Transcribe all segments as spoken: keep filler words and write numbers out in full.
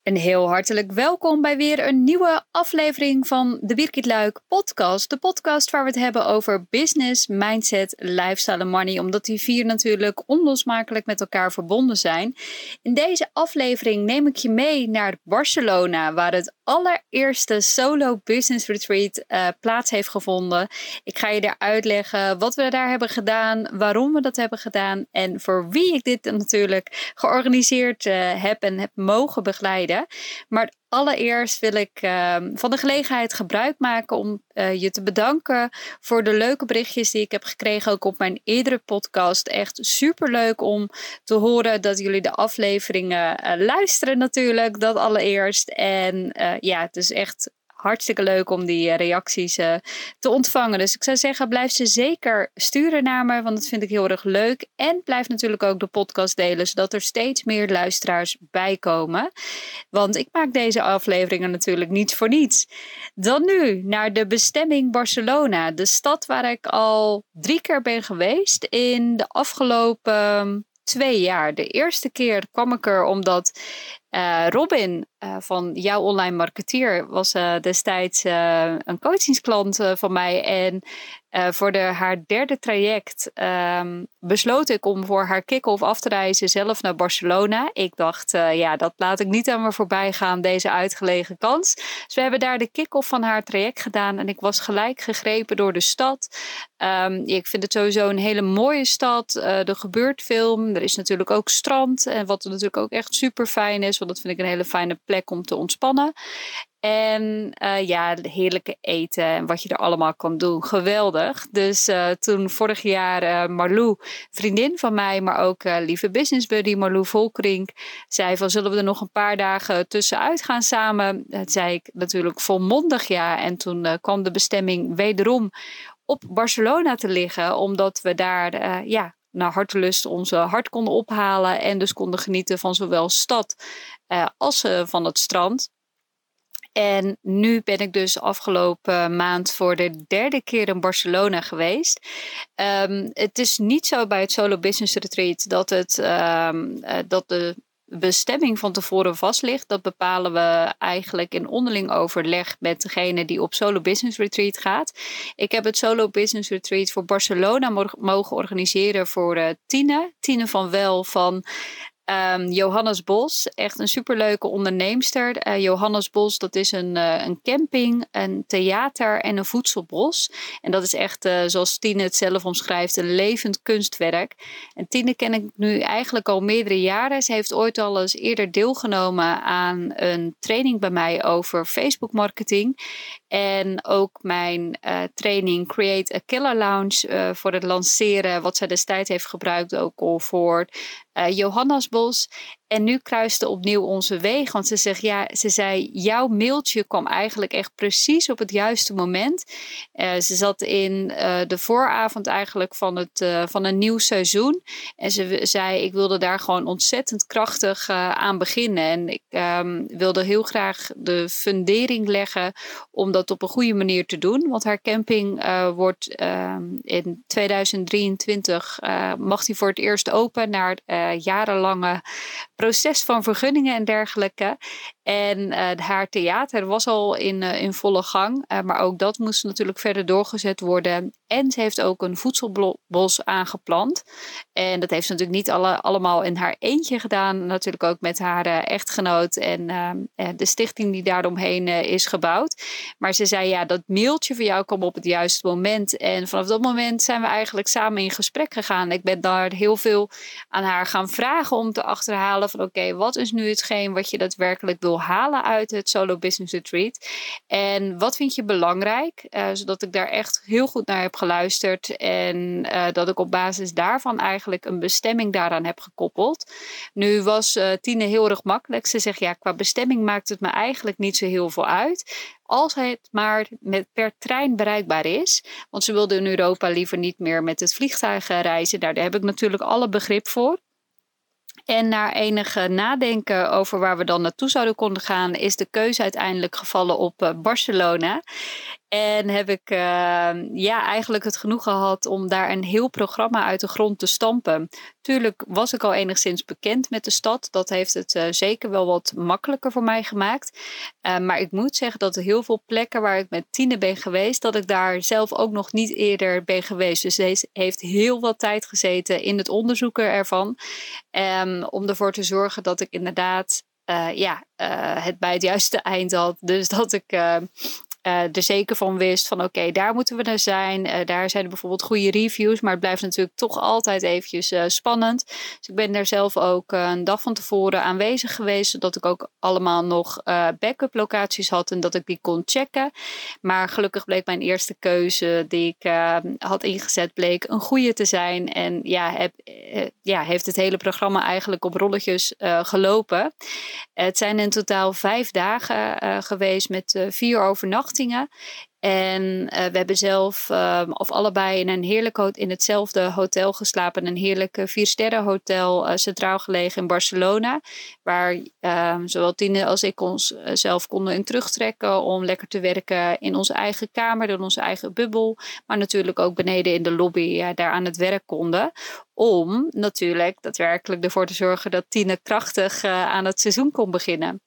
Een heel hartelijk welkom bij weer een nieuwe aflevering van de Birgit Luik podcast. De podcast waar we het hebben over business, mindset, lifestyle en money. Omdat die vier natuurlijk onlosmakelijk met elkaar verbonden zijn. In deze aflevering neem ik je mee naar Barcelona, waar het allereerste solo business retreat uh, plaats heeft gevonden. Ik ga je daar uitleggen wat we daar hebben gedaan, waarom we dat hebben gedaan en voor wie ik dit natuurlijk georganiseerd uh, heb en heb mogen begeleiden. Maar allereerst wil ik uh, van de gelegenheid gebruik maken om uh, je te bedanken voor de leuke berichtjes die ik heb gekregen, ook op mijn eerdere podcast. Echt superleuk om te horen dat jullie de afleveringen uh, luisteren natuurlijk, dat allereerst. En uh, ja, het is echt hartstikke leuk om die uh, reacties uh, te ontvangen. Dus ik zou zeggen, blijf ze zeker sturen naar me, want dat vind ik heel erg leuk. En blijf natuurlijk ook de podcast delen, zodat er steeds meer luisteraars bij komen. Want ik maak deze afleveringen natuurlijk niet voor niets. Dan nu naar de bestemming Barcelona. De stad waar ik al drie keer ben geweest in de afgelopen twee jaar. De eerste keer kwam ik er omdat Uh, Robin uh, van Jouw Online Marketeer was uh, destijds uh, een coachingsklant uh, van mij. En uh, voor de, haar derde traject um, besloot ik om voor haar kick-off af te reizen zelf naar Barcelona. Ik dacht, uh, ja, dat laat ik niet aan me voorbij gaan, deze uitgelegen kans. Dus we hebben daar de kick-off van haar traject gedaan. En ik was gelijk gegrepen door de stad. Um, ik vind het sowieso een hele mooie stad. Uh, er gebeurt veel. Er is natuurlijk ook strand. En wat natuurlijk ook echt super fijn is. Dat vind ik een hele fijne plek om te ontspannen. En uh, ja, heerlijke eten en wat je er allemaal kan doen. Geweldig. Dus uh, toen vorig jaar uh, Marlou, vriendin van mij, maar ook uh, lieve business buddy Marlou Volkerink, zei van zullen we er nog een paar dagen tussenuit gaan samen? Dat zei ik natuurlijk volmondig ja. En toen uh, kwam de bestemming wederom op Barcelona te liggen. Omdat we daar uh, ja, naar hartelust onze hart konden ophalen. En dus konden genieten van zowel stad uh, als uh, van het strand. En nu ben ik dus afgelopen maand voor de derde keer in Barcelona geweest. Um, het is niet zo bij het Solo Business Retreat dat, het, um, uh, dat de bestemming van tevoren vast ligt. Dat bepalen we eigenlijk in onderling overleg met degene die op Solo Business Retreat gaat. Ik heb het Solo Business Retreat voor Barcelona mogen organiseren voor uh, Tine. Tine van Wel van Um, Johannes Bos, echt een superleuke onderneemster. Uh, Johannes Bos, dat is een, uh, een camping, een theater en een voedselbos. En dat is echt, uh, zoals Tine het zelf omschrijft, een levend kunstwerk. En Tine ken ik nu eigenlijk al meerdere jaren. Ze heeft ooit al eens eerder deelgenomen aan een training bij mij over Facebook marketing. En ook mijn uh, training Create a Killer Lounge uh, voor het lanceren, wat zij destijds heeft gebruikt ook al voor uh, Johannes Bos. En nu kruiste opnieuw onze wegen. Want ze zegt, ja, ze zei, jouw mailtje kwam eigenlijk echt precies op het juiste moment. Uh, ze zat in uh, de vooravond eigenlijk van, het, uh, van een nieuw seizoen. En ze zei, ik wilde daar gewoon ontzettend krachtig uh, aan beginnen. En ik um, wilde heel graag de fundering leggen om dat op een goede manier te doen. Want haar camping uh, wordt uh, in tweeduizend drieëntwintig uh, mag die voor het eerst open na uh, jarenlange proces van vergunningen en dergelijke. En uh, haar theater was al in, uh, in volle gang. Uh, maar ook dat moest natuurlijk verder doorgezet worden. En ze heeft ook een voedselbos aangeplant. En dat heeft ze natuurlijk niet alle, allemaal in haar eentje gedaan. Natuurlijk ook met haar uh, echtgenoot en uh, de stichting die daaromheen uh, is gebouwd. Maar ze zei, ja, dat mailtje van jou kwam op het juiste moment. En vanaf dat moment zijn we eigenlijk samen in gesprek gegaan. Ik ben daar heel veel aan haar gaan vragen om te achterhalen van oké, okay, wat is nu hetgeen wat je daadwerkelijk wil halen uit het Solo Business Retreat? En wat vind je belangrijk? Uh, zodat ik daar echt heel goed naar heb geluisterd. En uh, dat ik op basis daarvan eigenlijk een bestemming daaraan heb gekoppeld. Nu was uh, Tine heel erg makkelijk. Ze zegt, ja, qua bestemming maakt het me eigenlijk niet zo heel veel uit. Als het maar met per trein bereikbaar is. Want ze wilde in Europa liever niet meer met het vliegtuig reizen. Daar, daar heb ik natuurlijk alle begrip voor. En na enige nadenken over waar we dan naartoe zouden konden gaan, is de keuze uiteindelijk gevallen op uh, Barcelona. En heb ik uh, ja, eigenlijk het genoeg gehad om daar een heel programma uit de grond te stampen. Tuurlijk was ik al enigszins bekend met de stad. Dat heeft het uh, zeker wel wat makkelijker voor mij gemaakt. Uh, maar ik moet zeggen dat er heel veel plekken waar ik met Tine ben geweest, dat ik daar zelf ook nog niet eerder ben geweest. Dus deze heeft heel wat tijd gezeten in het onderzoeken ervan. Um, om ervoor te zorgen dat ik inderdaad uh, ja, uh, het bij het juiste eind had. Dus dat ik Uh, Uh, er zeker van wist van oké, okay, daar moeten we naar zijn. Uh, daar zijn er bijvoorbeeld goede reviews, maar het blijft natuurlijk toch altijd eventjes uh, spannend. Dus ik ben daar zelf ook uh, een dag van tevoren aanwezig geweest, zodat ik ook allemaal nog uh, backup locaties had en dat ik die kon checken. Maar gelukkig bleek mijn eerste keuze die ik uh, had ingezet, bleek een goede te zijn. En ja, heb, uh, ja, heeft het hele programma eigenlijk op rolletjes uh, gelopen. Uh, het zijn in totaal vijf dagen uh, geweest met uh, vier overnachtingen. En uh, we hebben zelf, uh, of allebei in een heerlijk ho- in hetzelfde hotel geslapen. Een heerlijk uh, viersterren hotel, uh, centraal gelegen in Barcelona. Waar uh, zowel Tine als ik ons uh, zelf konden in terugtrekken om lekker te werken in onze eigen kamer, in onze eigen bubbel. Maar natuurlijk ook beneden in de lobby uh, daar aan het werk konden. Om natuurlijk daadwerkelijk ervoor te zorgen dat Tine krachtig uh, aan het seizoen kon beginnen.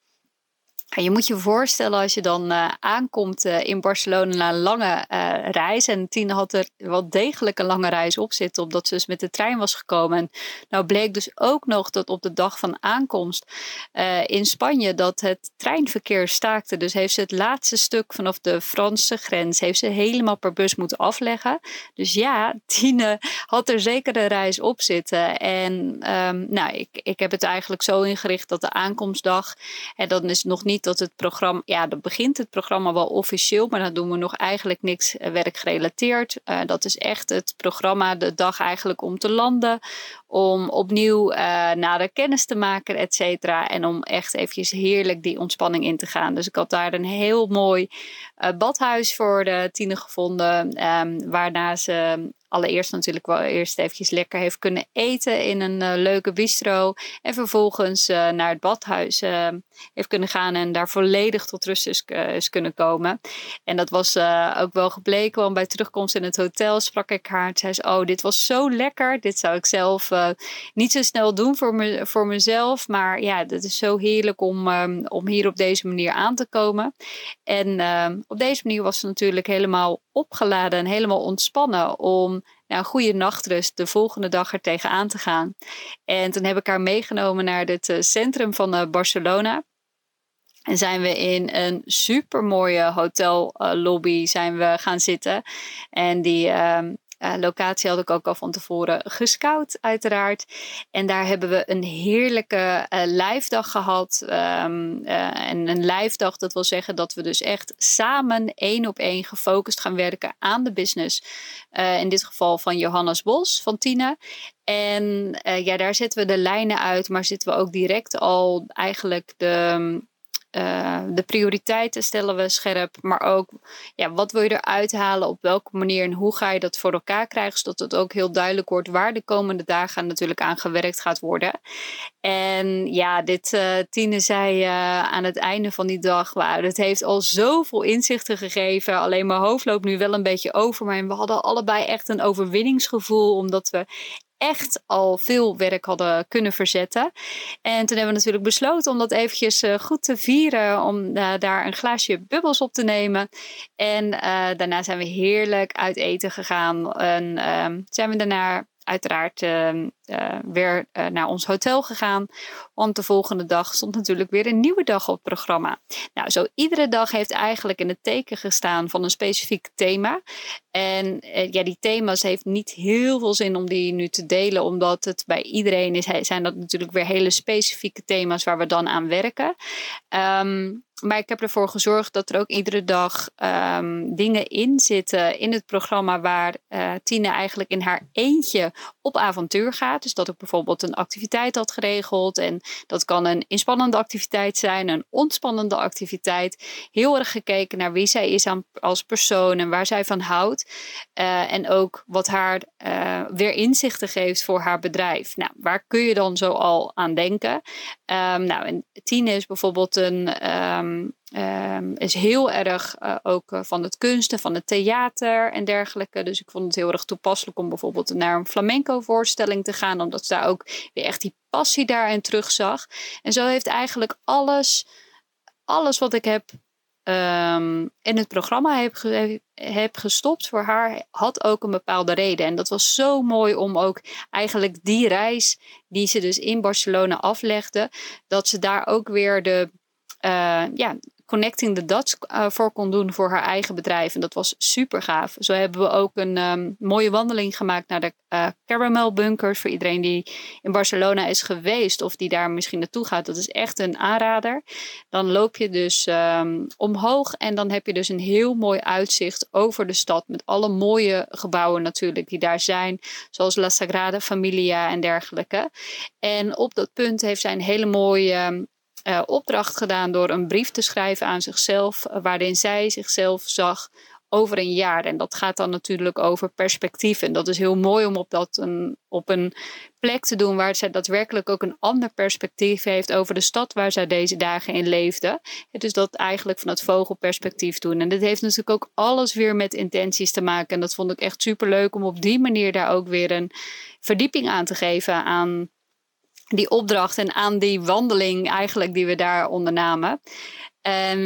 En je moet je voorstellen als je dan uh, aankomt uh, in Barcelona na een lange uh, reis. En Tine had er wel degelijk een lange reis op zitten, omdat ze dus met de trein was gekomen. En nou bleek dus ook nog dat op de dag van aankomst uh, in Spanje dat het treinverkeer staakte. Dus heeft ze het laatste stuk vanaf de Franse grens heeft ze helemaal per bus moeten afleggen. Dus ja, Tine had er zeker een reis op zitten. En um, nou, ik, ik heb het eigenlijk zo ingericht dat de aankomstdag, en dan is het nog niet dat het programma, ja, dan begint het programma wel officieel, maar dan doen we nog eigenlijk niks werkgerelateerd. Uh, dat is echt het programma, de dag eigenlijk om te landen, om opnieuw uh, nader kennis te maken, et cetera. En om echt eventjes heerlijk die ontspanning in te gaan. Dus ik had daar een heel mooi uh, badhuis voor de Tine gevonden, um, waarna ze allereerst natuurlijk wel eerst eventjes lekker heeft kunnen eten in een uh, leuke bistro. En vervolgens uh, naar het badhuis uh, heeft kunnen gaan en daar volledig tot rust is, uh, is kunnen komen. En dat was uh, ook wel gebleken, want bij terugkomst in het hotel sprak ik haar. Zei ze, oh, dit was zo lekker. Dit zou ik zelf uh, niet zo snel doen voor, me, voor mezelf. Maar ja, het is zo heerlijk om, um, om hier op deze manier aan te komen. En uh, op deze manier was ze natuurlijk helemaal opgeladen en helemaal ontspannen om nou, een goede nachtrust de volgende dag er tegenaan te gaan. En toen heb ik haar meegenomen naar het uh, centrum van uh, Barcelona. En zijn we in een supermooie hotellobby uh, zijn we gaan zitten. En die Uh, Uh, locatie had ik ook al van tevoren gescout, uiteraard. En daar hebben we een heerlijke uh, live dag gehad. Um, uh, en een live dag, dat wil zeggen dat we dus echt samen één op één gefocust gaan werken aan de business. Uh, in dit geval van Johannes Bos, van Tine. En uh, ja, daar zetten we de lijnen uit, maar zitten we ook direct al eigenlijk de Uh, de prioriteiten stellen we scherp, maar ook ja, wat wil je eruit halen, op welke manier en hoe ga je dat voor elkaar krijgen, zodat het ook heel duidelijk wordt waar de komende dagen natuurlijk aan gewerkt gaat worden. En ja, dit uh, Tine zei uh, aan het einde van die dag, wow, het heeft al zoveel inzichten gegeven, alleen mijn hoofd loopt nu wel een beetje over, maar we hadden allebei echt een overwinningsgevoel, omdat we echt al veel werk hadden kunnen verzetten. En toen hebben we natuurlijk besloten om dat eventjes uh, goed te vieren, om uh, daar een glaasje bubbels op te nemen. En uh, daarna zijn we heerlijk uit eten gegaan. En uh, zijn we daarna uiteraard uh, uh, weer uh, naar ons hotel gegaan. Want de volgende dag stond natuurlijk weer een nieuwe dag op het programma. Nou, zo iedere dag heeft eigenlijk in het teken gestaan van een specifiek thema. En uh, ja, die thema's heeft niet heel veel zin om die nu te delen, omdat het bij iedereen is, zijn dat natuurlijk weer hele specifieke thema's waar we dan aan werken. Um, Maar ik heb ervoor gezorgd dat er ook iedere dag um, dingen in zitten in het programma waar uh, Tine eigenlijk in haar eentje op avontuur gaat. Dus dat ik bijvoorbeeld een activiteit had geregeld. En dat kan een inspannende activiteit zijn, een ontspannende activiteit. Heel erg gekeken naar wie zij is aan, als persoon en waar zij van houdt. Uh, en ook wat haar uh, weer inzichten geeft voor haar bedrijf. Nou, waar kun je dan zo al aan denken? Um, nou, en Tine is bijvoorbeeld een Um, Um, is heel erg uh, ook uh, van het kunsten, van het theater en dergelijke. Dus ik vond het heel erg toepasselijk om bijvoorbeeld naar een flamenco voorstelling te gaan. Omdat ze daar ook weer echt die passie daarin terugzag. En zo heeft eigenlijk alles, alles wat ik heb um, in het programma heb, ge- heb gestopt voor haar, had ook een bepaalde reden. En dat was zo mooi om ook eigenlijk die reis die ze dus in Barcelona aflegde, dat ze daar ook weer de Uh, ja, connecting the dots uh, voor kon doen voor haar eigen bedrijf. En dat was super gaaf. Zo hebben we ook een um, mooie wandeling gemaakt naar de uh, Caramel Bunkers. Voor iedereen die in Barcelona is geweest of die daar misschien naartoe gaat. Dat is echt een aanrader. Dan loop je dus um, omhoog en dan heb je dus een heel mooi uitzicht over de stad. Met alle mooie gebouwen natuurlijk die daar zijn. Zoals La Sagrada Familia en dergelijke. En op dat punt heeft zij een hele mooie Um, Uh, opdracht gedaan door een brief te schrijven aan zichzelf, uh, waarin zij zichzelf zag over een jaar. En dat gaat dan natuurlijk over perspectief. En dat is heel mooi om op, dat een, op een plek te doen waar zij daadwerkelijk ook een ander perspectief heeft over de stad waar zij deze dagen in leefde. Dus dat eigenlijk van het vogelperspectief doen. En dit heeft natuurlijk ook alles weer met intenties te maken. En dat vond ik echt superleuk om op die manier daar ook weer een verdieping aan te geven aan die opdracht en aan die wandeling eigenlijk die we daar ondernamen. En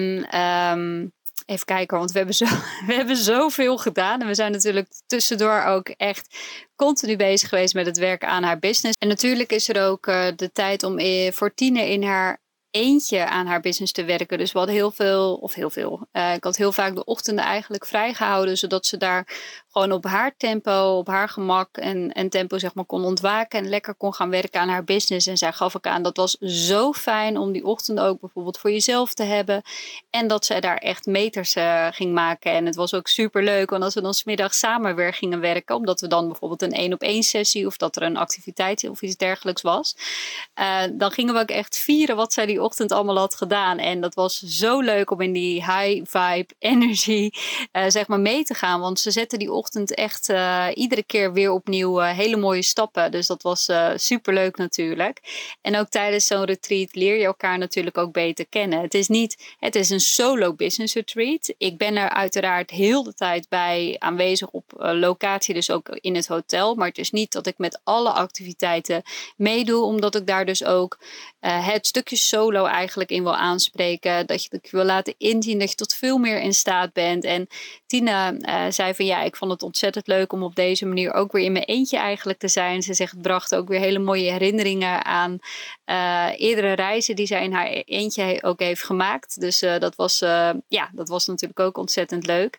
um, even kijken, want we hebben, zo, we hebben zoveel gedaan. En we zijn natuurlijk tussendoor ook echt continu bezig geweest met het werken aan haar business. En natuurlijk is er ook uh, de tijd om voor Tine in haar eentje aan haar business te werken. Dus we hadden heel veel, of heel veel. Uh, ik had heel vaak de ochtenden eigenlijk vrijgehouden, zodat ze daar gewoon op haar tempo, op haar gemak en, en tempo zeg maar kon ontwaken en lekker kon gaan werken aan haar business. En zij gaf ook aan, dat was zo fijn om die ochtenden ook bijvoorbeeld voor jezelf te hebben. En dat zij daar echt meters uh, ging maken. En het was ook super leuk, want als we dan 's middags samen weer gingen werken, omdat we dan bijvoorbeeld een één op één sessie of dat er een activiteit of iets dergelijks was, uh, dan gingen we ook echt vieren wat zij die ochtend allemaal had gedaan. En dat was zo leuk om in die high vibe energy uh, zeg maar mee te gaan. Want ze zetten die ochtend echt uh, iedere keer weer opnieuw uh, hele mooie stappen. Dus dat was uh, super leuk natuurlijk. En ook tijdens zo'n retreat leer je elkaar natuurlijk ook beter kennen. Het is niet, het is een solo business retreat. Ik ben er uiteraard heel de tijd bij aanwezig op uh, locatie, dus ook in het hotel. Maar het is niet dat ik met alle activiteiten meedoe, omdat ik daar dus ook uh, het stukje solo eigenlijk in wil aanspreken. Dat je het wil laten inzien dat je tot veel meer in staat bent. En Tine uh, zei van ja, ik vond het ontzettend leuk om op deze manier ook weer in mijn eentje eigenlijk te zijn. Ze zegt, het bracht ook weer hele mooie herinneringen aan uh, eerdere reizen die zij in haar eentje ook heeft gemaakt. Dus uh, dat was, uh, ja, dat was natuurlijk ook ontzettend leuk.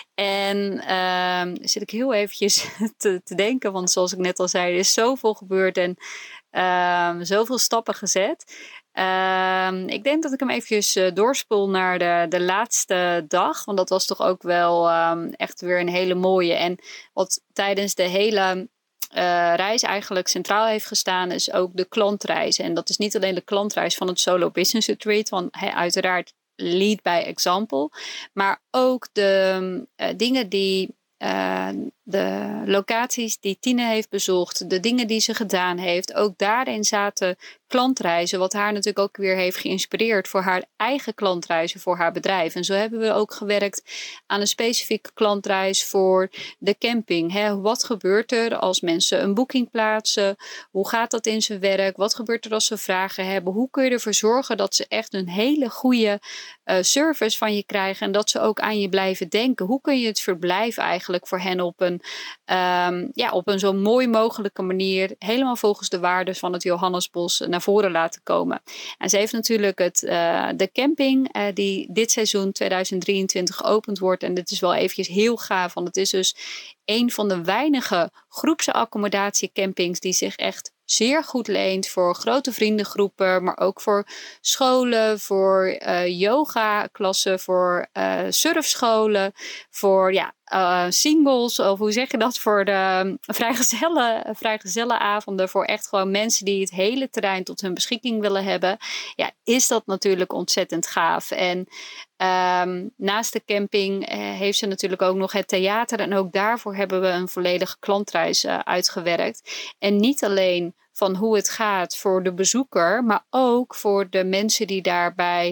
En uh, zit ik heel eventjes te, te denken, want zoals ik net al zei, er is zoveel gebeurd en uh, zoveel stappen gezet. Uh, ik denk dat ik hem eventjes uh, doorspoel naar de, de laatste dag. Want dat was toch ook wel um, echt weer een hele mooie. En wat tijdens de hele uh, reis eigenlijk centraal heeft gestaan, is ook de klantreis. En dat is niet alleen de klantreis van het Solo Business Retreat. Want he, uiteraard lead by example. Maar ook de uh, dingen die Uh, de locaties die Tine heeft bezocht, de dingen die ze gedaan heeft, ook daarin zaten klantreizen, wat haar natuurlijk ook weer heeft geïnspireerd voor haar eigen klantreizen voor haar bedrijf. En zo hebben we ook gewerkt aan een specifieke klantreis voor de camping. Hè? Wat gebeurt er als mensen een boeking plaatsen? Hoe gaat dat in zijn werk? Wat gebeurt er als ze vragen hebben? Hoe kun je ervoor zorgen dat ze echt een hele goede uh, service van je krijgen en dat ze ook aan je blijven denken? Hoe kun je het verblijf eigenlijk voor hen op een Um, ja, op een zo mooi mogelijke manier, helemaal volgens de waarden van het Johannesbos, naar voren laten komen. En ze heeft natuurlijk het, uh, de camping uh, die dit seizoen tweeduizend drieëntwintig geopend wordt. En dit is wel eventjes heel gaaf, want het is dus een van de weinige groepsaccommodatiecampings die zich echt zeer goed leent voor grote vriendengroepen, maar ook voor scholen, voor uh, yoga-klassen, voor uh, surfscholen, voor ja, uh, singles, of hoe zeg je dat, voor de vrijgezellen, vrijgezellenavonden, voor echt gewoon mensen die het hele terrein tot hun beschikking willen hebben. Ja, is dat natuurlijk ontzettend gaaf. En Um, naast de camping uh, heeft ze natuurlijk ook nog het theater. En ook daarvoor hebben we een volledige klantreis uh, uitgewerkt. En niet alleen van hoe het gaat voor de bezoeker, maar ook voor de mensen die daarbij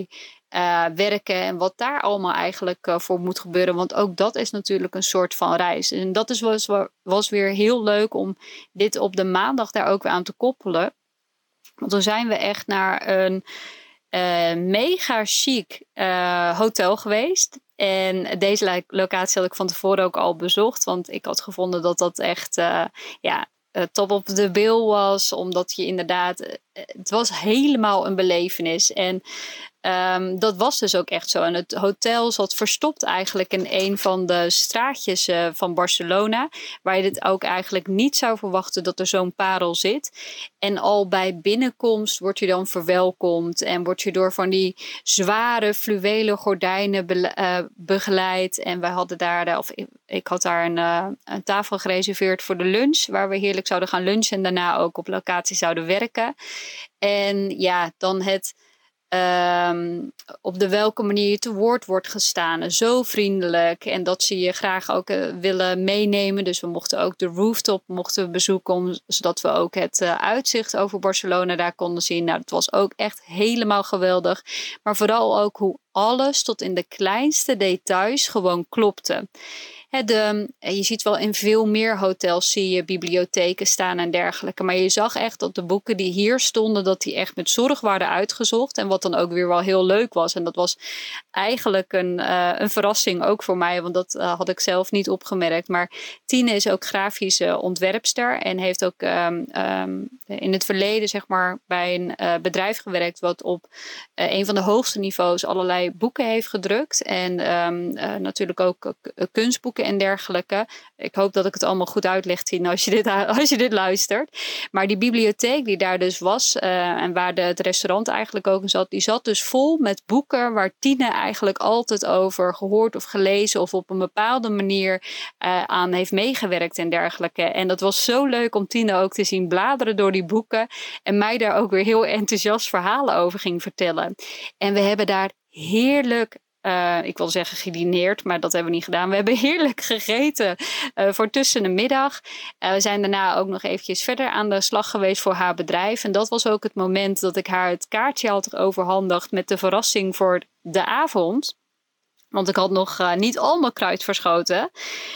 uh, werken en wat daar allemaal eigenlijk uh, voor moet gebeuren. Want ook dat is natuurlijk een soort van reis. En dat is was, was weer heel leuk om dit op de maandag daar ook weer aan te koppelen. Want dan zijn we echt naar een uh, mega chic uh, hotel geweest. En deze locatie had ik van tevoren ook al bezocht. Want ik had gevonden dat dat echt uh, ja, uh, top op de bill was. Omdat je inderdaad... Uh, het was helemaal een belevenis. En um, dat was dus ook echt zo. En het hotel zat verstopt eigenlijk in een van de straatjes uh, van Barcelona. Waar je dit ook eigenlijk niet zou verwachten dat er zo'n parel zit. En al bij binnenkomst word je dan verwelkomd. En word je door van die zware fluwelen gordijnen be- uh, begeleid. En wij hadden daar, of ik, ik had daar een, uh, een tafel gereserveerd voor de lunch. Waar we heerlijk zouden gaan lunchen. En daarna ook op locatie zouden werken. En ja, dan het um, op de welke manier je te woord wordt gestaan. Zo vriendelijk. En dat ze je graag ook uh, willen meenemen. Dus we mochten ook de rooftop mochten we bezoeken. Om, zodat we ook het uh, uitzicht over Barcelona daar konden zien. Nou, dat was ook echt helemaal geweldig. Maar vooral ook hoe alles tot in de kleinste details gewoon klopte. He, de, je ziet wel in veel meer hotels zie je bibliotheken staan en dergelijke. Maar je zag echt dat de boeken die hier stonden, dat die echt met zorg waren uitgezocht. En wat dan ook weer wel heel leuk was. En dat was eigenlijk een, uh, een verrassing ook voor mij. Want dat uh, had ik zelf niet opgemerkt. Maar Tine is ook grafische ontwerpster. En heeft ook um, um, in het verleden zeg maar bij een uh, bedrijf gewerkt. Wat op uh, een van de hoogste niveaus allerlei boeken heeft gedrukt. En um, uh, natuurlijk ook uh, kunstboeken en dergelijke. Ik hoop dat ik het allemaal goed uitleg, Tine, als je dit, als je dit luistert. Maar die bibliotheek die daar dus was uh, en waar de, het restaurant eigenlijk ook in zat, die zat dus vol met boeken waar Tine eigenlijk altijd over gehoord of gelezen of op een bepaalde manier uh, aan heeft meegewerkt en dergelijke. En dat was zo leuk om Tine ook te zien bladeren door die boeken en mij daar ook weer heel enthousiast verhalen over ging vertellen. En we hebben daar heerlijk Uh, ik wil zeggen gedineerd, maar dat hebben we niet gedaan. We hebben heerlijk gegeten uh, voor tussen de middag. Uh, we zijn daarna ook nog eventjes verder aan de slag geweest voor haar bedrijf. En dat was ook het moment dat ik haar het kaartje had overhandigd met de verrassing voor de avond. Want ik had nog uh, niet al mijn kruid verschoten.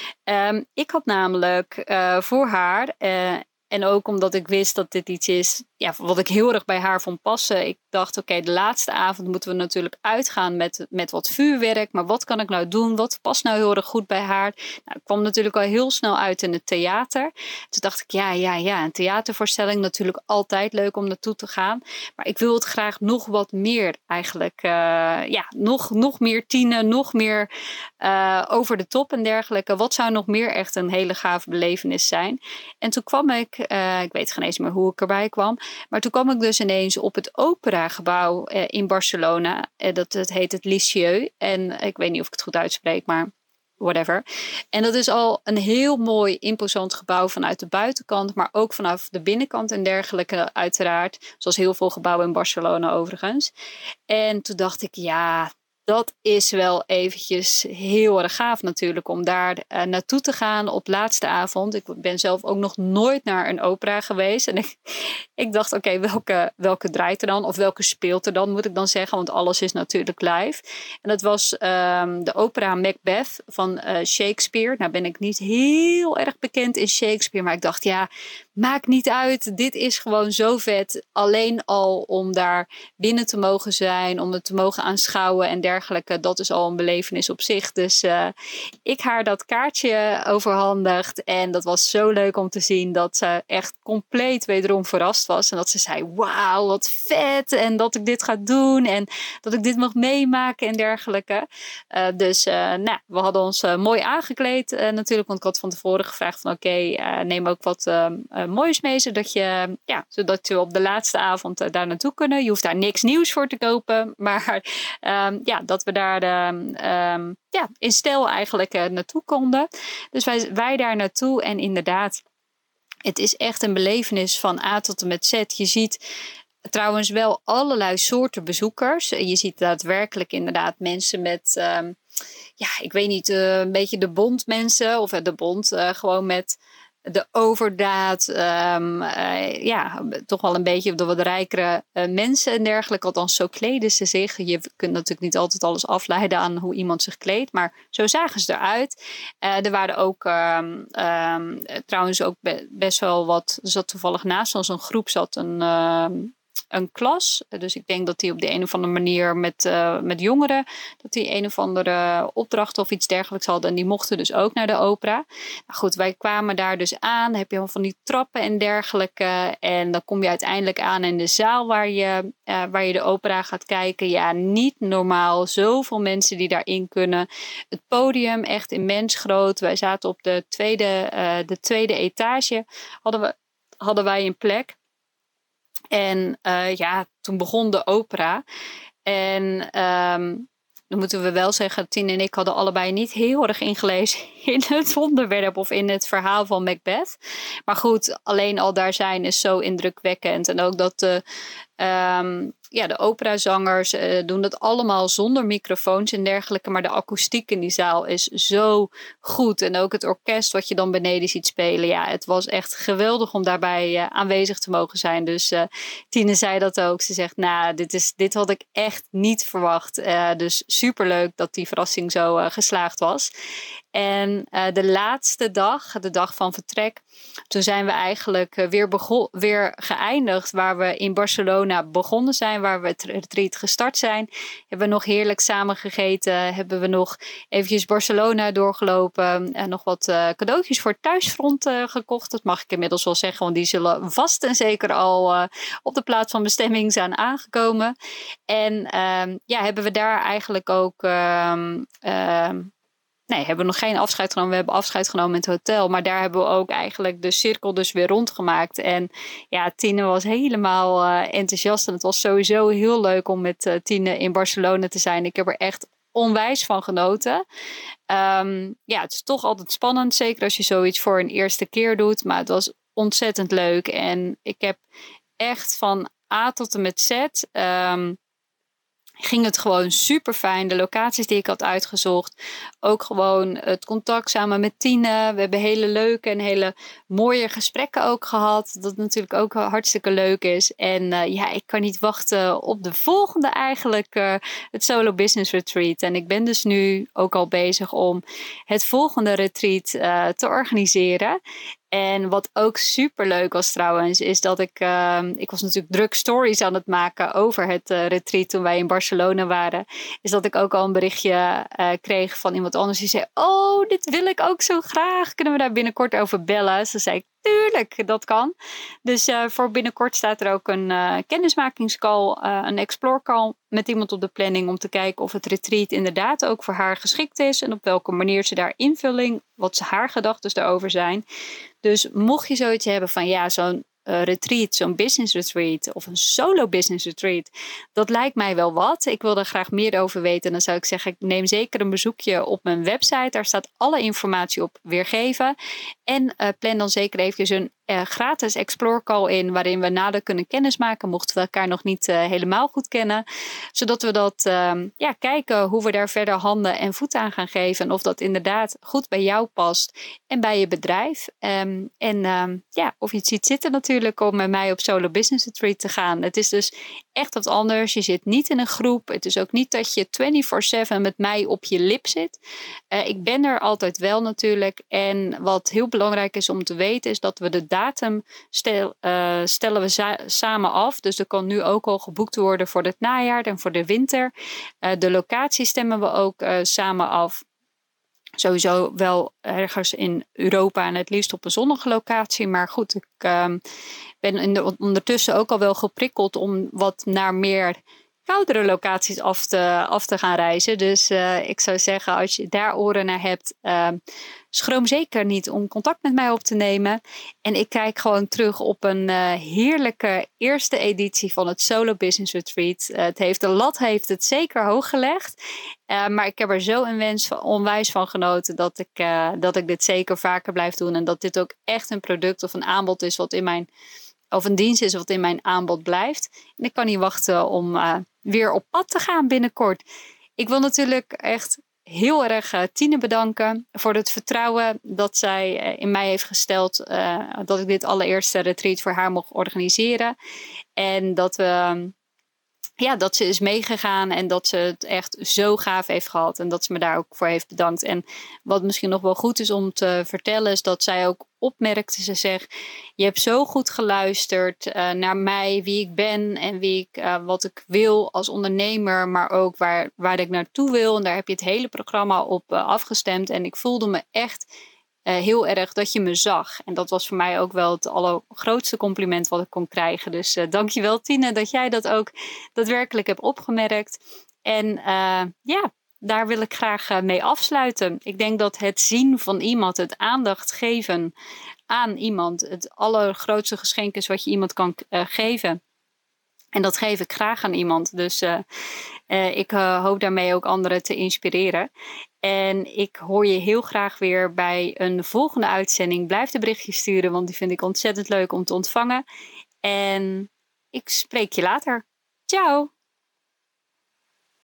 Um, ik had namelijk uh, voor haar... Uh, En ook omdat ik wist dat dit iets is ja, wat ik heel erg bij haar vond passen. Ik dacht, oké, okay, de laatste avond moeten we natuurlijk uitgaan met, met wat vuurwerk. Maar wat kan ik nou doen? Wat past nou heel erg goed bij haar? Nou, ik kwam natuurlijk al heel snel uit in het theater. Toen dacht ik, ja, ja, ja, een theatervoorstelling natuurlijk altijd leuk om naartoe te gaan. Maar ik wil het graag nog wat meer eigenlijk. Uh, ja, nog, nog meer Tine, nog meer uh, over de top en dergelijke. Wat zou nog meer echt een hele gave belevenis zijn? En toen kwam ik... Uh, ik weet geen eens meer hoe ik erbij kwam. Maar toen kwam ik dus ineens op het operagebouw uh, in Barcelona. Uh, dat het heet het Lisieux. En ik weet niet of ik het goed uitspreek, maar whatever. En dat is al een heel mooi, imposant gebouw vanuit de buitenkant. Maar ook vanaf de binnenkant en dergelijke uiteraard. Zoals heel veel gebouwen in Barcelona overigens. En toen dacht ik, ja... Dat is wel eventjes heel erg gaaf natuurlijk om daar uh, naartoe te gaan op laatste avond. Ik ben zelf ook nog nooit naar een opera geweest. En ik, ik dacht, oké, okay, welke, welke draait er dan? Of welke speelt er dan, moet ik dan zeggen. Want alles is natuurlijk live. En dat was um, de opera Macbeth van uh, Shakespeare. Nou ben ik niet heel erg bekend in Shakespeare. Maar ik dacht, ja, maakt niet uit. Dit is gewoon zo vet. Alleen al om daar binnen te mogen zijn. Om het te mogen aanschouwen en dergelijke. Dergelijke, dat is al een belevenis op zich. Dus uh, ik haar dat kaartje overhandigd. En dat was zo leuk om te zien dat ze echt compleet wederom verrast was. En dat ze zei, wauw, wat vet. En dat ik dit ga doen. En dat ik dit mag meemaken en dergelijke. Uh, dus uh, nou, we hadden ons uh, mooi aangekleed uh, natuurlijk. Want ik had van tevoren gevraagd van oké, okay, uh, neem ook wat uh, uh, moois mee. Zodat je, ja, zodat we op de laatste avond uh, daar naartoe kunnen. Je hoeft daar niks nieuws voor te kopen. Maar um, ja, dat we daar de, um, ja, in stijl eigenlijk uh, naartoe konden. Dus wij, wij daar naartoe en inderdaad, het is echt een belevenis van A tot en met Z. Je ziet trouwens wel allerlei soorten bezoekers. Je ziet daadwerkelijk inderdaad mensen met, um, ja, ik weet niet, uh, een beetje de bond mensen. Of uh, de bond, uh, gewoon met... de overdaad, um, uh, ja, toch wel een beetje de wat rijkere uh, mensen en dergelijke. Althans, zo kleden ze zich. Je kunt natuurlijk niet altijd alles afleiden aan hoe iemand zich kleedt, maar zo zagen ze eruit. Uh, er waren ook um, um, trouwens ook be- best wel wat, er zat toevallig naast ons een groep, zat een... Um, een klas. Dus ik denk dat die op de een of andere manier met, uh, met jongeren, dat die een of andere opdracht of iets dergelijks hadden. En die mochten dus ook naar de opera. Nou goed, wij kwamen daar dus aan. Heb je al van die trappen en dergelijke. En dan kom je uiteindelijk aan in de zaal waar je, uh, waar je de opera gaat kijken. Ja, niet normaal. Zoveel mensen die daarin kunnen. Het podium echt immens groot. Wij zaten op de tweede, uh, de tweede etage. Hadden, we, hadden wij een plek. En uh, ja, toen begon de opera. En um, dan moeten we wel zeggen, Tien en ik hadden allebei niet heel erg ingelezen in het onderwerp of in het verhaal van Macbeth. Maar goed, alleen al daar zijn is zo indrukwekkend. En ook dat de, um, ja, de operazangers uh, doen dat allemaal zonder microfoons en dergelijke. Maar de akoestiek in die zaal is zo goed. En ook het orkest wat je dan beneden ziet spelen. Ja, het was echt geweldig om daarbij uh, aanwezig te mogen zijn. Dus uh, Tine zei dat ook. Ze zegt, nou, dit, is, dit had ik echt niet verwacht. Uh, dus superleuk dat die verrassing zo uh, geslaagd was. En uh, de laatste dag, de dag van vertrek, toen zijn we eigenlijk uh, weer, begon, weer geëindigd waar we in Barcelona begonnen zijn, waar we het retreat gestart zijn. Hebben we nog heerlijk samen gegeten, hebben we nog eventjes Barcelona doorgelopen en nog wat uh, cadeautjes voor het thuisfront uh, gekocht. Dat mag ik inmiddels wel zeggen, want die zullen vast en zeker al uh, op de plaats van bestemming zijn aangekomen. En uh, ja, hebben we daar eigenlijk ook... Uh, uh, Nee, hebben we nog geen afscheid genomen. We hebben afscheid genomen in het hotel. Maar daar hebben we ook eigenlijk de cirkel dus weer rondgemaakt. En ja, Tine was helemaal uh, enthousiast. En het was sowieso heel leuk om met uh, Tine in Barcelona te zijn. Ik heb er echt onwijs van genoten. Um, ja, het is toch altijd spannend. Zeker als je zoiets voor een eerste keer doet. Maar het was ontzettend leuk. En ik heb echt van A tot en met Z... Um, ging het gewoon super fijn. De locaties die ik had uitgezocht. Ook gewoon het contact samen met Tine. We hebben hele leuke en hele mooie gesprekken ook gehad. Dat natuurlijk ook hartstikke leuk is. En uh, ja, ik kan niet wachten op de volgende eigenlijk. Uh, het Solo Business Retreat. En ik ben dus nu ook al bezig om het volgende retreat uh, te organiseren. En wat ook super leuk was trouwens, is dat ik... Uh, ik was natuurlijk druk stories aan het maken over het uh, retreat toen wij in Barcelona waren. Is dat ik ook al een berichtje uh, kreeg van iemand anders die zei... Oh, dit wil ik ook zo graag. Kunnen we daar binnenkort over bellen? Ze zei ik, tuurlijk, dat kan. Dus uh, voor binnenkort staat er ook een uh, kennismakingscall, uh, een explore call met iemand op de planning om te kijken of het retreat inderdaad ook voor haar geschikt is. En op welke manier ze daar invulling, wat haar gedachten daarover zijn. Dus mocht je zoiets hebben van ja, zo'n uh, retreat, zo'n business retreat of een solo business retreat, dat lijkt mij wel wat. Ik wil er graag meer over weten. Dan zou ik zeggen, neem zeker een bezoekje op mijn website. Daar staat alle informatie op weergeven. En uh, plan dan zeker even een uh, gratis explore call in, waarin we nader kunnen kennismaken, mochten we elkaar nog niet uh, helemaal goed kennen. Zodat we dat uh, ja, kijken hoe we daar verder handen en voeten aan gaan geven. En of dat inderdaad goed bij jou past en bij je bedrijf. Um, en um, ja, of je het ziet zitten natuurlijk om met mij op Solo Business Retreat te gaan. Het is dus echt wat anders. Je zit niet in een groep. Het is ook niet dat je vierentwintig zeven met mij op je lip zit. Uh, ik ben er altijd wel natuurlijk. En wat heel belangrijk is om te weten is dat we de datum stel, uh, stellen we za- samen af. Dus er kan nu ook al geboekt worden voor het najaar en voor de winter. Uh, de locatie stemmen we ook uh, samen af. Sowieso wel ergens in Europa en het liefst op een zonnige locatie. Maar goed, ik uh, ben in de, ondertussen ook al wel geprikkeld om wat naar meer koudere locaties af te, af te gaan reizen. Dus uh, ik zou zeggen, als je daar oren naar hebt, uh, schroom zeker niet om contact met mij op te nemen. En ik kijk gewoon terug op een uh, heerlijke eerste editie van het Solo Business Retreat. Uh, het heeft, de lat heeft het zeker hoog gelegd. Uh, maar ik heb er zo een wens van, onwijs van genoten dat ik, uh, dat ik dit zeker vaker blijf doen. En dat dit ook echt een product of een aanbod is wat in mijn... of een dienst is wat in mijn aanbod blijft. En ik kan niet wachten om uh, weer op pad te gaan binnenkort. Ik wil natuurlijk echt heel erg uh, Tine bedanken voor het vertrouwen dat zij uh, in mij heeft gesteld. Uh, dat ik dit allereerste retreat voor haar mocht organiseren. En dat we... Ja, dat ze is meegegaan en dat ze het echt zo gaaf heeft gehad. En dat ze me daar ook voor heeft bedankt. En wat misschien nog wel goed is om te vertellen, is dat zij ook opmerkte. Ze zegt, je hebt zo goed geluisterd uh, naar mij, wie ik ben en wie ik, uh, wat ik wil als ondernemer. Maar ook waar, waar ik naartoe wil. En daar heb je het hele programma op uh, afgestemd. En ik voelde me echt... Uh, heel erg dat je me zag. En dat was voor mij ook wel het allergrootste compliment wat ik kon krijgen. Dus uh, dankjewel Tine dat jij dat ook daadwerkelijk hebt opgemerkt. En uh, ja, daar wil ik graag uh, mee afsluiten. Ik denk dat het zien van iemand, het aandacht geven aan iemand, het allergrootste geschenk is wat je iemand kan uh, geven. En dat geef ik graag aan iemand. Dus uh, uh, ik uh, hoop daarmee ook anderen te inspireren. En ik hoor je heel graag weer bij een volgende uitzending. Blijf de berichtjes sturen, want die vind ik ontzettend leuk om te ontvangen. En ik spreek je later. Ciao!